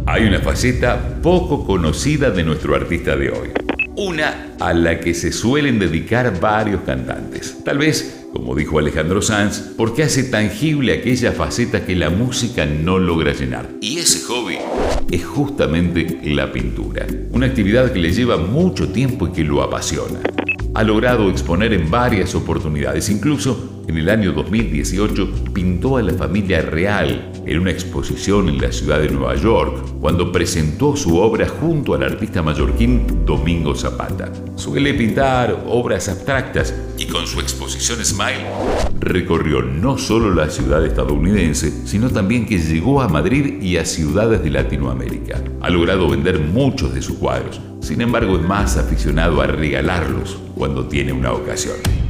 Hay una faceta poco conocida de nuestro artista de hoy. Una a la que se suelen dedicar varios cantantes. Tal vez, como dijo Alejandro Sanz, porque hace tangible aquella faceta que la música no logra llenar. Y ese hobby es justamente la pintura. Una actividad que le lleva mucho tiempo y que lo apasiona. Ha logrado exponer en varias oportunidades. Incluso en el año 2018 pintó a la familia real en una exposición en la ciudad de Nueva York, cuando presentó su obra junto al artista mallorquín Domingo Zapata. Suele pintar obras abstractas y con su exposición Smile recorrió no solo la ciudad estadounidense, sino también que llegó a Madrid y a ciudades de Latinoamérica. Ha logrado vender muchos de sus cuadros. Sin embargo, es más aficionado a regalarlos cuando tiene una ocasión.